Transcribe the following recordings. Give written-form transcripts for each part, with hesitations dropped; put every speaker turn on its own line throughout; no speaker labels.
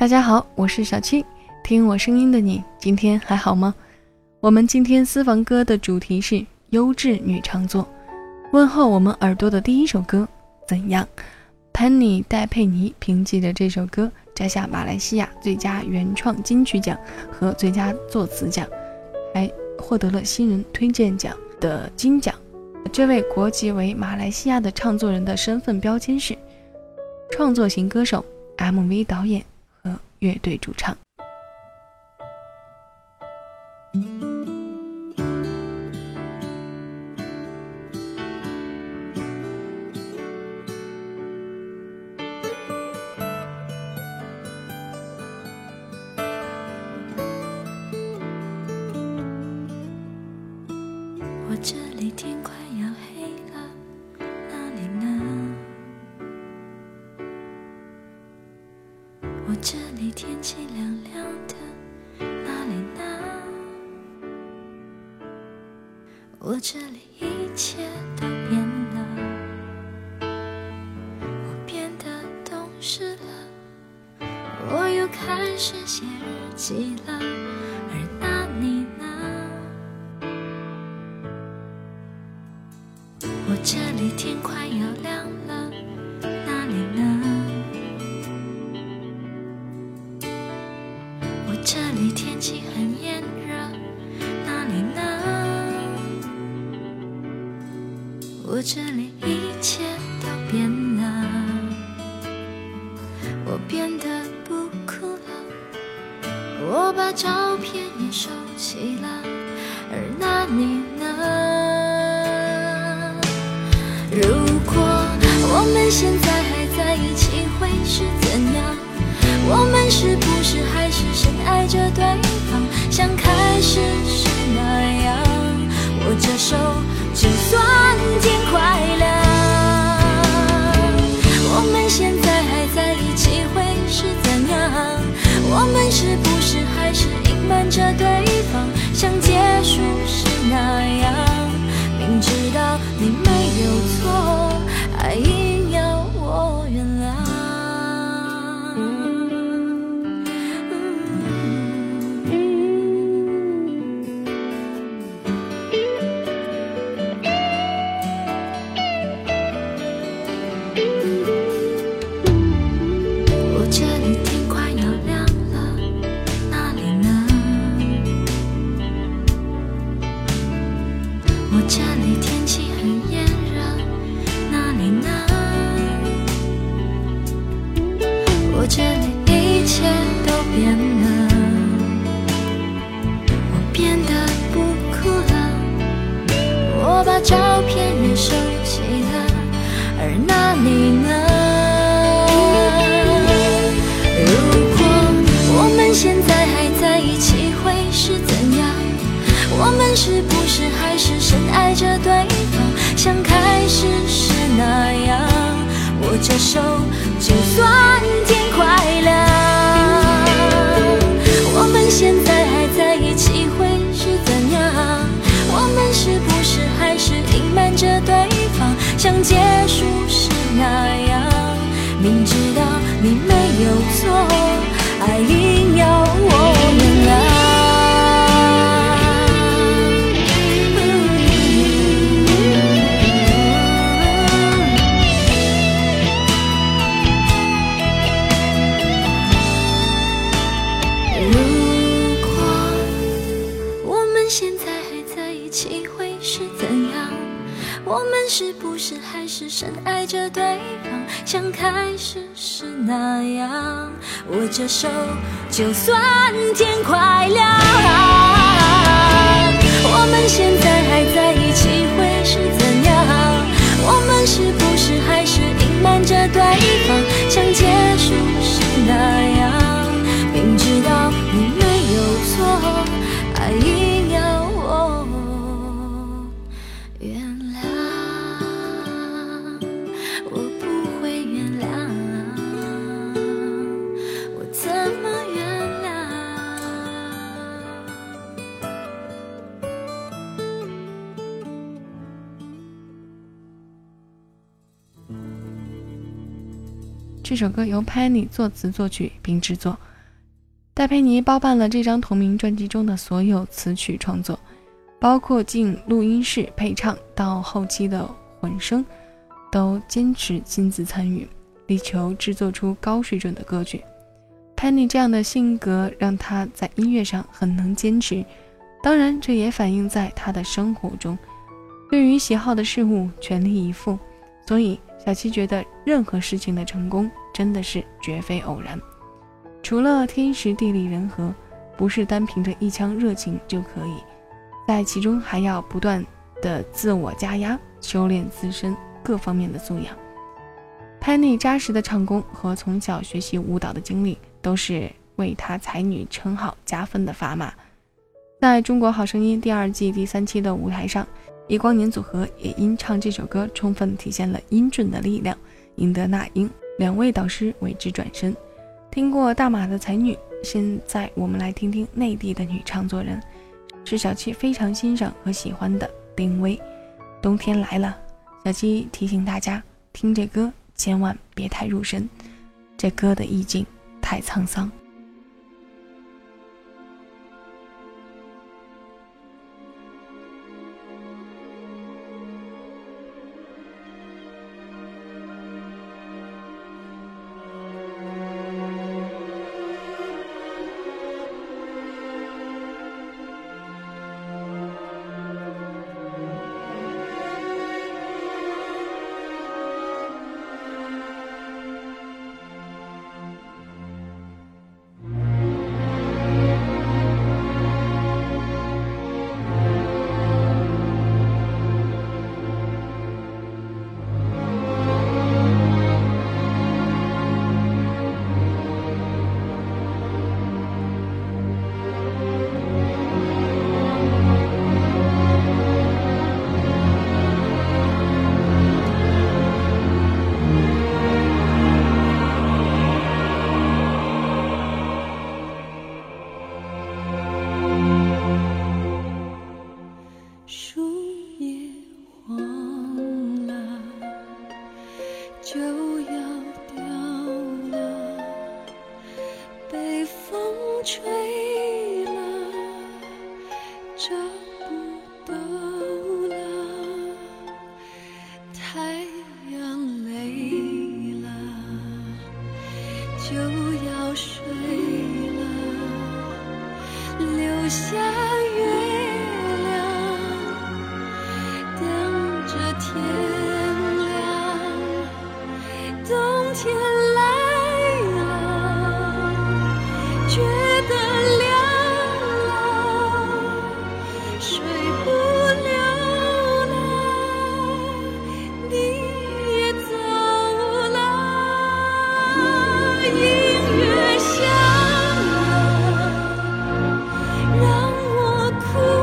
大家好，我是小七，听我声音的你今天还好吗？我们今天私房歌的主题是优质女唱作，问候我们耳朵的第一首歌怎样。潘妮戴佩妮凭借着这首歌摘下马来西亚最佳原创金曲奖和最佳作词奖，还获得了新人推荐奖的金奖。这位国籍为马来西亚的唱作人的身份标签是创作型歌手、MV 导演和乐队主唱。
我这里天快要黑了，哪里呢？我这里天气凉凉的，哪里呢？我这里一切都变了，我变得懂事了，我又开始写日记了，而那你呢？我这里天快要亮了，哪里呢？我这里天气很炎热，哪里呢？我这里一切都变了，我变得不哭了，我把照片也收起了，而那你呢？如果我们现在还在一起会是怎样？我们是不是还是深爱着对方，像开始时那样？握着手就算天快亮。我们现在还在一起会是怎样？我们是不是还是隐瞒着对方，像结束时那样？明知道你没有错，还硬要我原谅。我这里天快要亮了，哪里呢？我这里天气很炎热，哪里呢？我这里一切都变了，我变得不哭了，我把照片也收起了，而那你呢？如果我们现在还在一起会是怎样？我们是不是还是深爱着对方，像开始时那样？握着手就算天快亮。我们现在还在一起会是怎样？我们是不是还是隐瞒着对方，像结束时那样？明知道你没有错，还硬要我原谅。我们是不是还是深爱着对方，像开始时那样？握着手就算天快亮。我们现在还在一起会是怎样？我们是不是还是隐瞒着对方，像结束时那样？明知道你没有错，还硬要我原谅。我不会原谅，我怎么原谅？
这首歌由 Penny 作词作曲并制作， 戴佩妮包办了这张同名专辑中的所有词曲创作，包括进录音室配唱到后期的混声，都坚持亲自参与，力求制作出高水准的歌曲。Penny 这样的性格让她在音乐上很能坚持，当然这也反映在她的生活中，对于喜好的事物全力以赴。所以小七觉得任何事情的成功真的是绝非偶然，除了天时地利人和，不是单凭着一腔热情就可以，在其中还要不断的自我加压，修炼自身各方面的素养。Penny 扎实的唱功和从小学习舞蹈的经历都是为她才女称号加分的砝码。在中国好声音第2季第3期的舞台上，易光年组合也因唱这首歌充分体现了音准的力量，赢得那英2位导师为之转身。听过大马的才女，现在我们来听听内地的女唱作人，是小七非常欣赏和喜欢的丁薇。冬天来了，小七提醒大家听这歌千万别太入神，这歌的意境太沧桑。
吹了，找不到了，太阳累了，就要睡了，留下月亮，等着天亮，冬天来了，觉得凉了，睡不了了，你也走了，音乐响了，让我哭。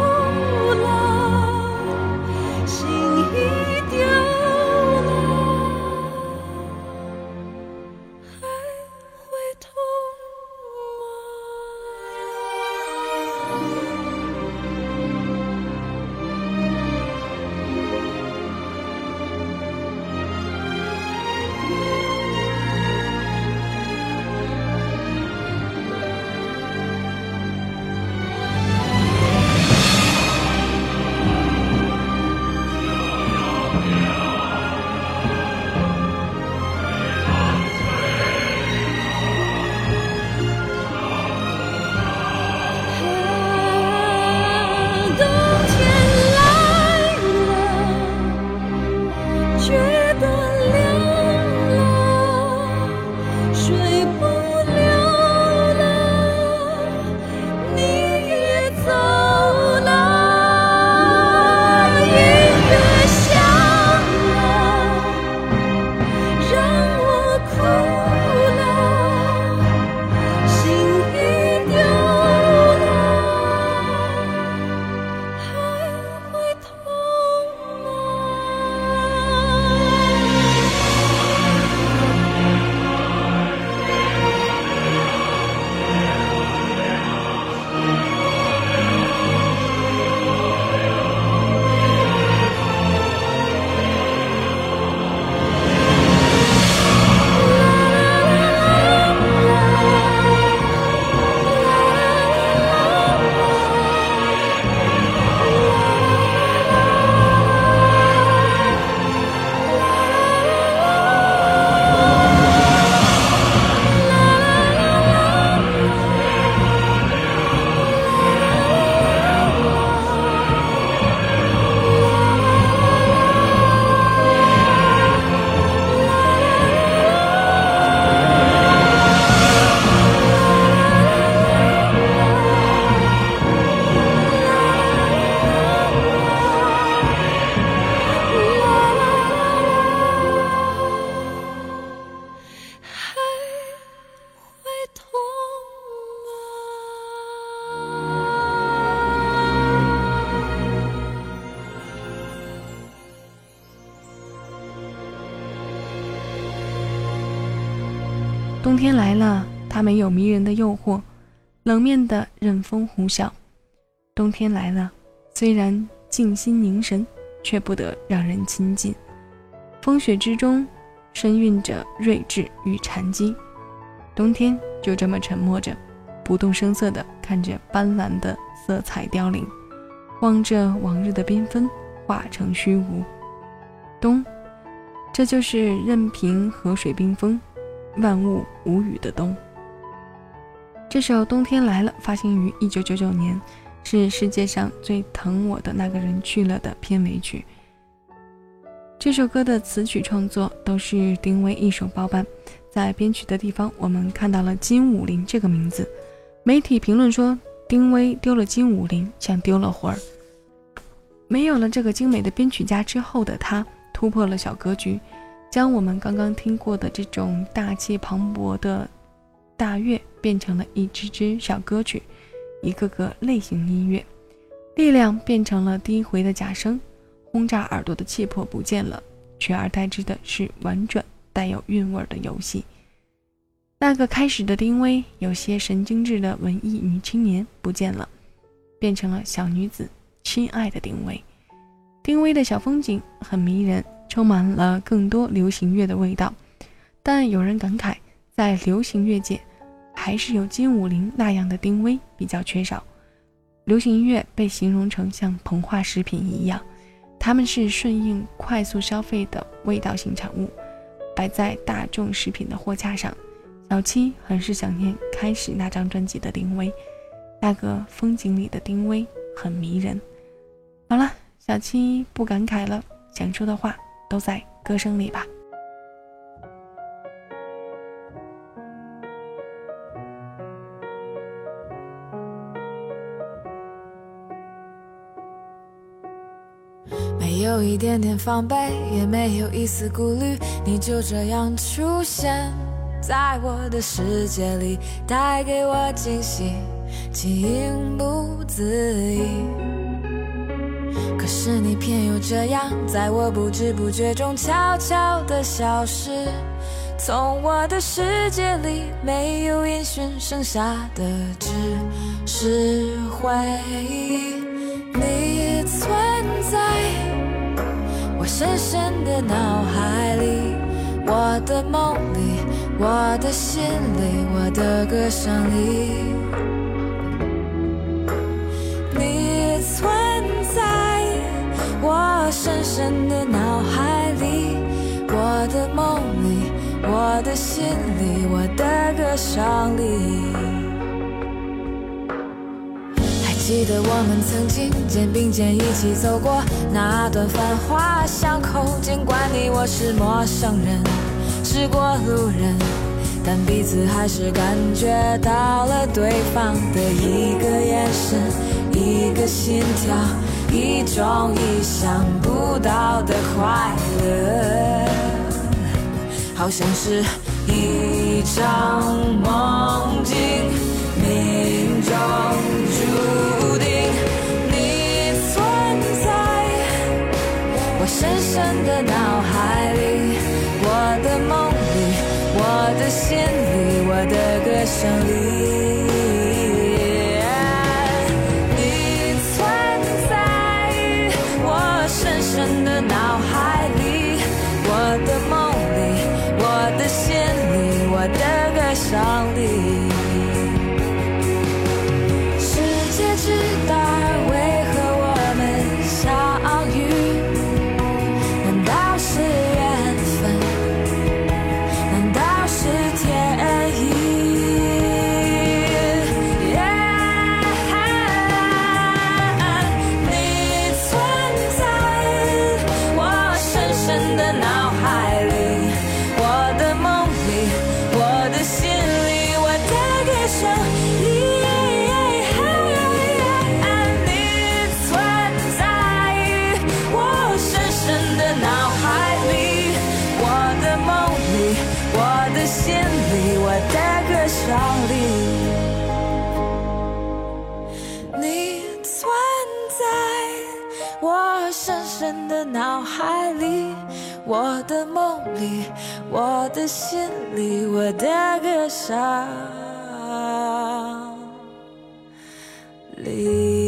冬天来了，它没有迷人的诱惑，冷面的任风呼啸。冬天来了，虽然静心凝神，却不得让人亲近。风雪之中深蕴着睿智与禅机。冬天就这么沉默着，不动声色地看着斑斓的色彩凋零，望着往日的缤纷化成虚无。冬，这就是任凭河水冰封，万物无语的冬。这首《冬天来了》发行于1999年，是世界上最疼我的那个人去了的片尾曲。这首歌的词曲创作都是丁薇一手包办，在编曲的地方我们看到了金武林这个名字。媒体评论说，丁薇丢了金武林像丢了魂儿。没有了这个精美的编曲家之后的他，突破了小格局，将我们刚刚听过的这种大气磅礴的大乐变成了一支支小歌曲，一个个类型音乐，力量变成了低回的假声，轰炸耳朵的气魄不见了，取而代之的是婉转带有韵味的游戏。那个开始的丁薇，有些神经质的文艺女青年不见了，变成了小女子亲爱的丁薇。丁薇的小风景很迷人，充满了更多流行乐的味道，但有人感慨，在流行乐界还是有金武林那样的丁薇比较缺少。流行音乐被形容成像膨化食品一样，它们是顺应快速消费的味道型产物，摆在大众食品的货架上。小七很是想念开始那张专辑的丁薇，那个风景里的丁薇很迷人。好了，小七不感慨了，想说的话都在歌声里吧。
没有一点点防备，也没有一丝顾虑，你就这样出现在我的世界里，带给我惊喜，情不自已。可是你偏又这样，在我不知不觉中悄悄地消失，从我的世界里没有音讯，剩下的只是回忆。你存在我深深的脑海里，我的梦里，我的心里，我的歌声里。你存在我深深的脑海里，我的梦里，我的心里，我的歌声里。记得我们曾经肩并肩一起走过那段繁华巷口，尽管你我是陌生人，是过路人，但彼此还是感觉到了对方的一个眼神，一个心跳，一种意想不到的快乐，好像是一场梦境，命中注定。你存在我深深的脑海里，我的梦里，我的心里，我的歌声里。你存在我深深的脑海里，我的梦里，我的心里，我的歌声里。知道为何我们相遇，难道是缘分？难道是天意？你存在我深深的脑海里，我的梦里，我的心里，我的歌声里。心里，我的歌声里。你存在我深深的脑海里，我的梦里， 我的心里我的歌声里。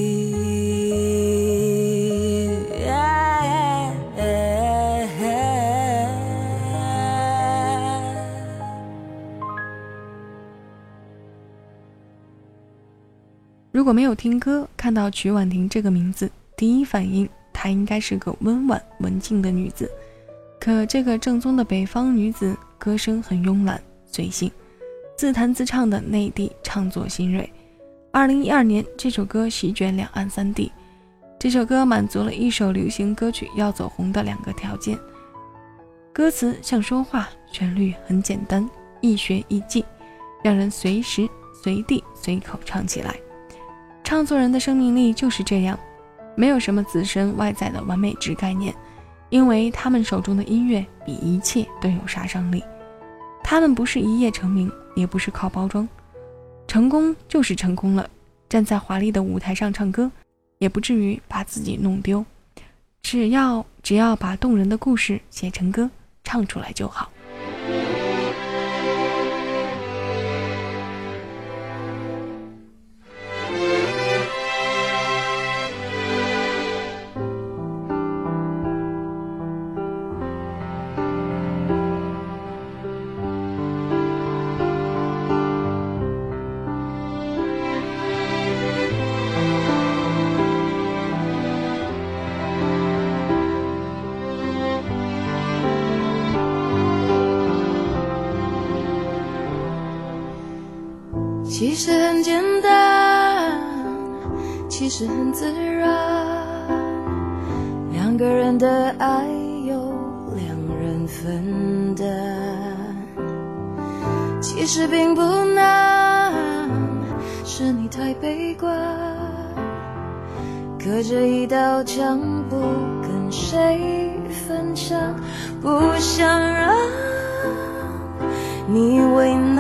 如果没有听歌，看到曲婉婷这个名字，第一反应她应该是个温婉文静的女子。可这个正宗的北方女子，歌声很慵懒随性，自弹自唱的内地唱作新锐。2012年，这首歌席卷两岸三地。这首歌满足了一首流行歌曲要走红的两个条件：歌词像说话，旋律很简单，易学易记，让人随时随地随口唱起来。唱作人的生命力就是这样，没有什么自身外在的完美值概念，因为他们手中的音乐比一切都有杀伤力。他们不是一夜成名，也不是靠包装，成功就是成功了，站在华丽的舞台上唱歌，也不至于把自己弄丢。只要把动人的故事写成歌，唱出来就好。
其实很简单，其实很自然，两个人的爱由两人分担，其实并不难，是你太悲观，隔着一道墙不跟谁分享，不想让你为难，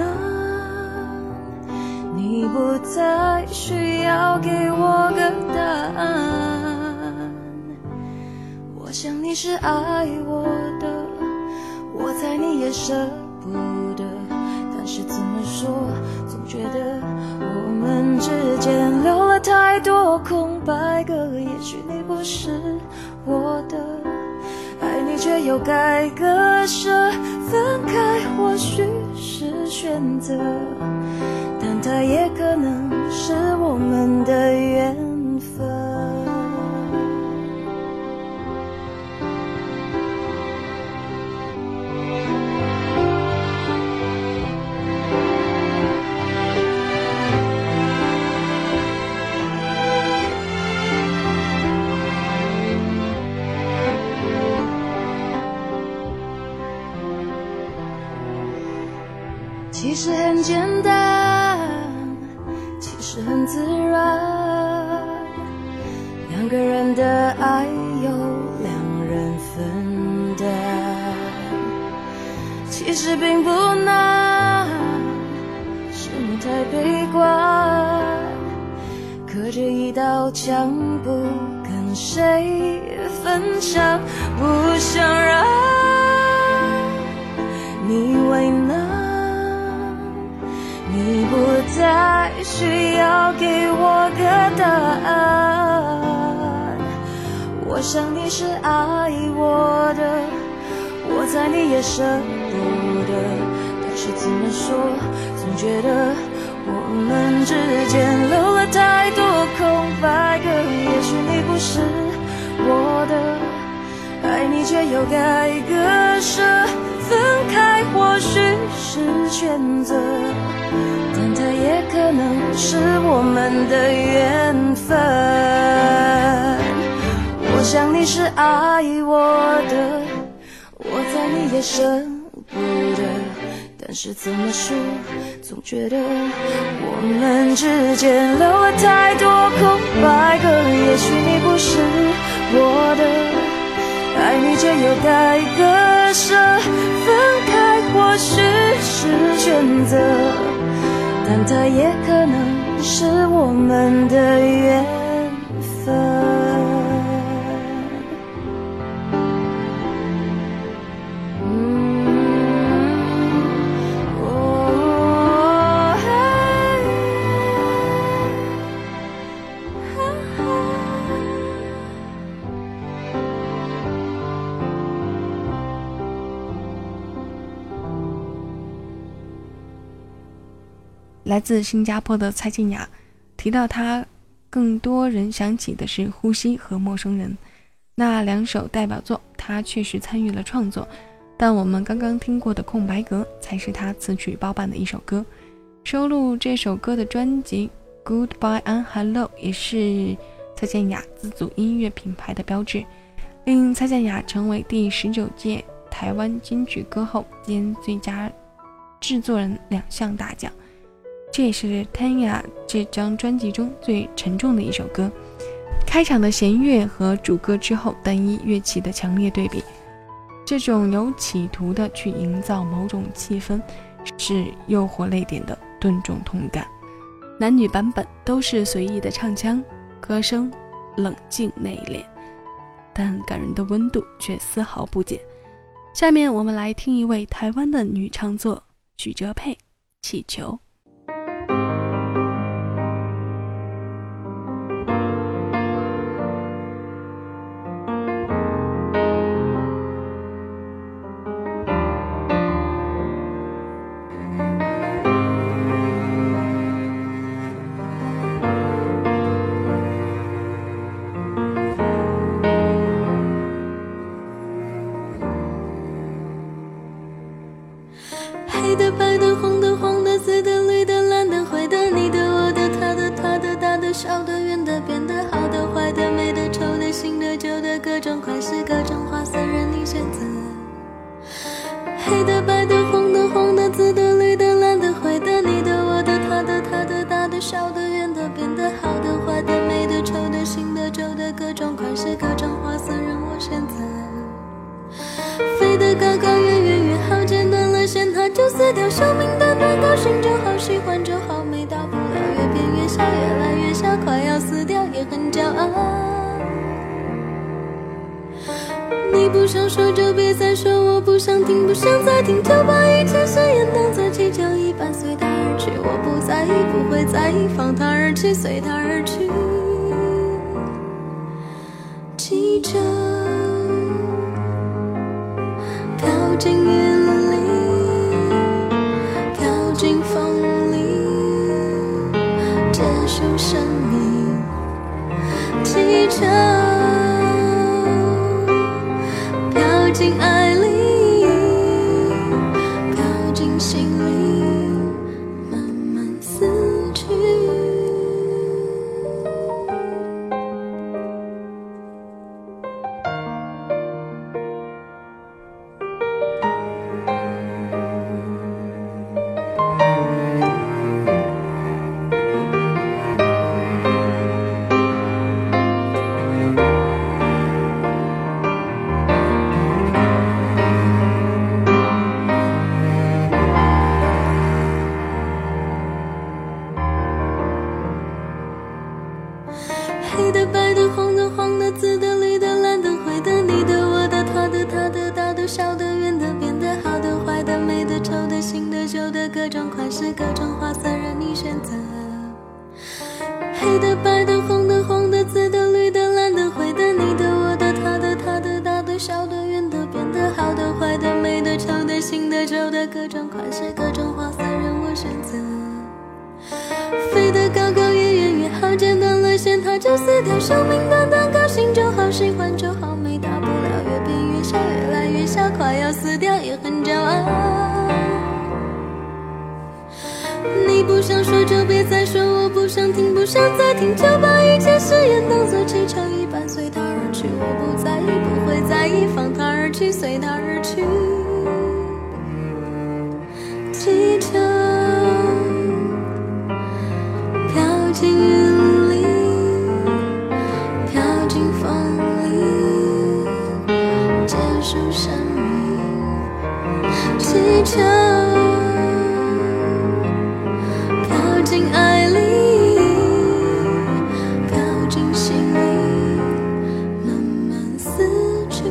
你不再需要给我个答案。我想你是爱我的，我猜你也舍不得，但是怎么说，总觉得我们之间留了太多空白格。也许你不是我的，爱你却又该割舍，分开或许是选择，但它也可能是我们的缘分。其实很简单，其实很自然，两个人的爱由两人分担，其实并不难，是你太悲观，隔着一道墙不跟谁分享，不想让你为难，你不再需要给我个答案。我想你是爱我的，我猜你也舍不得，但是怎么说，总觉得我们之间留了太多空白格。也许你不是我的，爱你却又该割舍，分开或许是选择，但它也可能是我们的缘分。我想你是爱我的，我猜你也舍不得，但是怎么说，总觉得我们之间留了太多空白格。也许你不是我的，爱你却又该割舍，分开或许是选择，但它也可能是我们的缘分。
来自新加坡的蔡健雅，提到她更多人想起的是《呼吸》和《陌生人》那2首代表作，她确实参与了创作，但我们刚刚听过的《空白格》才是她词曲包办的一首歌。收录这首歌的专辑《Goodbye and Hello》也是蔡健雅自组音乐品牌的标志，令蔡健雅成为第19届台湾金曲歌后兼最佳制作人2项大奖。这也是 Tanya 这张专辑中最沉重的一首歌。开场的弦乐和主歌之后单一乐器的强烈对比，这种有企图的去营造某种气氛，是诱惑泪点的顿重痛感。男女版本都是随意的唱腔，歌声冷静内敛，但感人的温度却丝毫不减。下面我们来听一位台湾的女唱作许哲佩《气球》。
黑的、白的、红的、黄的、紫的、绿的、蓝的、灰的，你的、我的、他的、他的、大的、小的、圆的、扁的、好的、坏的、美的、丑的、新的、旧的，各种款式、各种花色，任你选择。黑的、白的、红的、黄的、紫的、绿的、蓝的、灰的，你的、我的、他的、他的、大的、小的、圆的、扁的、好的、坏的、美的、丑的、新的、旧的，各种款式、各种花色，任我选择。飞得高高，远远远好，剪断了线它就撕掉，寿命短短，高兴就好，喜欢就好，没大不了，越变越小，越来越小，快要死掉也很骄傲。你不想说就别再说，我不想听，不想再听，就把一切誓言当作气球一般随它而去，我不在意，不会在意，放它而去，随它而去。气球靠近云里，靠近风里，结束生命。气球飘进爱里，飘进心里，慢慢死去。黑的、白的、红的、黄的、紫的、绿的、蓝的、灰的，你的、我的、他的、他的、大的、小的、圆的、扁的、好的、坏的、美的、丑的、新的、旧的，各种款式、各种花色，任你选择。黑的、白的、红的、黄的、紫的、绿的、蓝的、灰的，你的、我的、他的、他的、大的、小的、圆的、扁的、好的、坏的、美的、丑的、新的、旧的，各种款式、各种花色，任我选择。飞得高高，越远越好，剪断了线它就撕掉，寿命短短，高兴就好，喜欢就好，没大不了，越变越小，越来越小，快要死掉也很骄傲。你不想说就别再说，我不想听，不想再听，就把一切誓言当作气球一般随它而去，我不在意，不会在意，放它而去，随它而去。气球飘进云里，飘进风里，结束生命。气球飘进爱里，飘进心里，慢慢死去。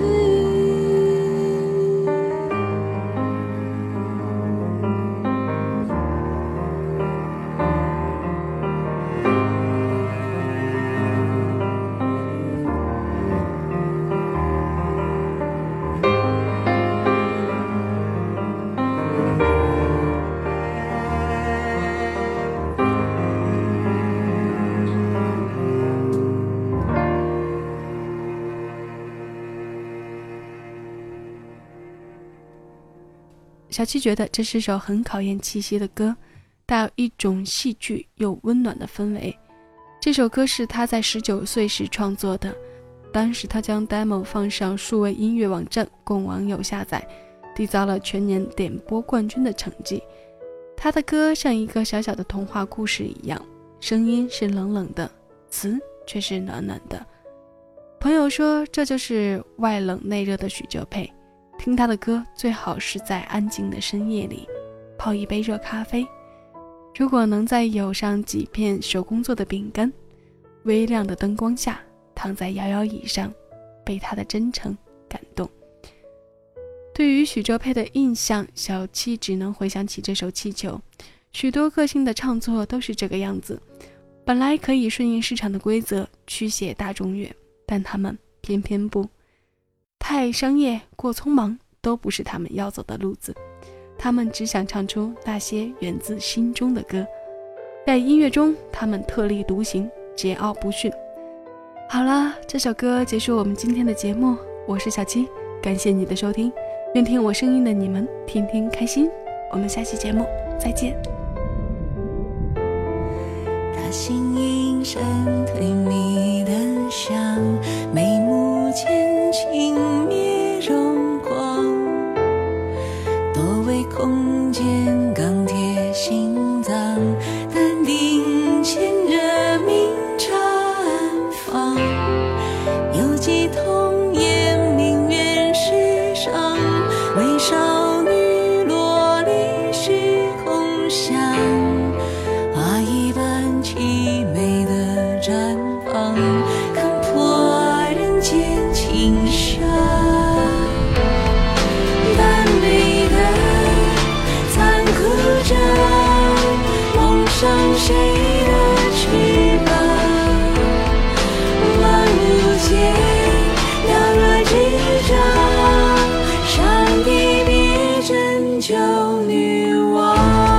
小七觉得这是首很考验气息的歌，带有一种戏剧又温暖的氛围。这首歌是他在19岁时创作的，当时他将 demo 放上数位音乐网站供网友下载，缔造了全年点播冠军的成绩。他的歌像一个小小的童话故事一样，声音是冷冷的，词却是暖暖的。朋友说这就是外冷内热的许哲佩，听他的歌最好是在安静的深夜里泡一杯热咖啡，如果能再有上几片手工做的饼干，微亮的灯光下躺在摇摇椅上，被他的真诚感动。对于许哲佩的印象，小七只能回想起这首气球。许多个性的唱作都是这个样子，本来可以顺应市场的规则曲写大众乐，但他们偏偏不，太商业过匆忙都不是他们要走的路子，他们只想唱出那些源自心中的歌。在音乐中他们特立独行，桀骜不驯。好了，这首歌结束我们今天的节目，我是小七，感谢你的收听，愿听我声音的你们天天开心，我们下期节目再见。
他心隐身推迷的香，眉目间轻灭荣光，多为空间钢铁心脏，淡定牵着明绽放，有几童颜明月世上，为少女落离虚空想，花一般凄美的绽放，看破人间情伤。但美的残酷着梦想谁的翅膀，万物间了若指掌，上帝别拯救女王。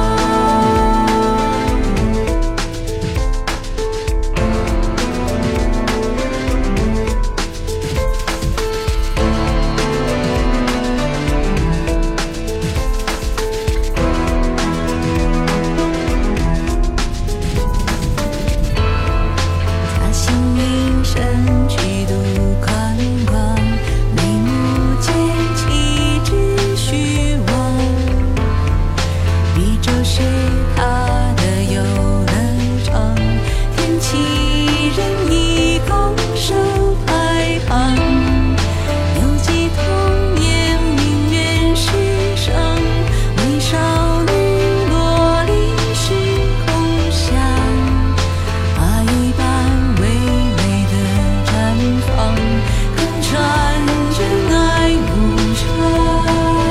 他心隐身举度宽广，眉目间气质虚妄，宇宙是他的游乐场，天气任意拱手拍旁，有几童颜明月世上，为少女落离虚空想，花一般唯美的绽放，更缠真爱无常。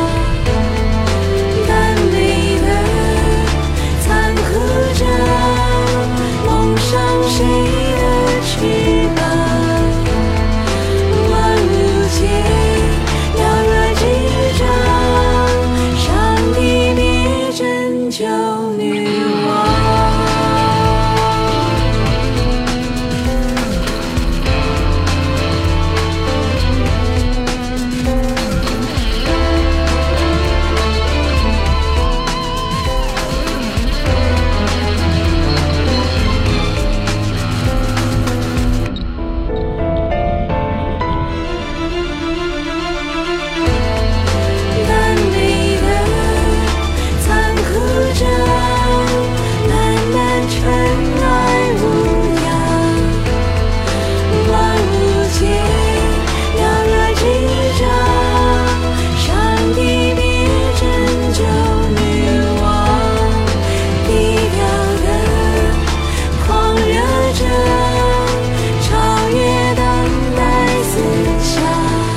但美的残酷着梦想谁的翅膀，万物间了若指掌，上帝别拯救女王。但美的残酷着淡淡尘埃无恙，万物间了若指掌，上帝别拯救女王。低调的狂热着，超越当代思想，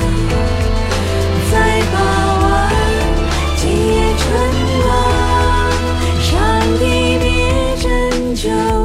在把玩今夜春光，上帝别拯救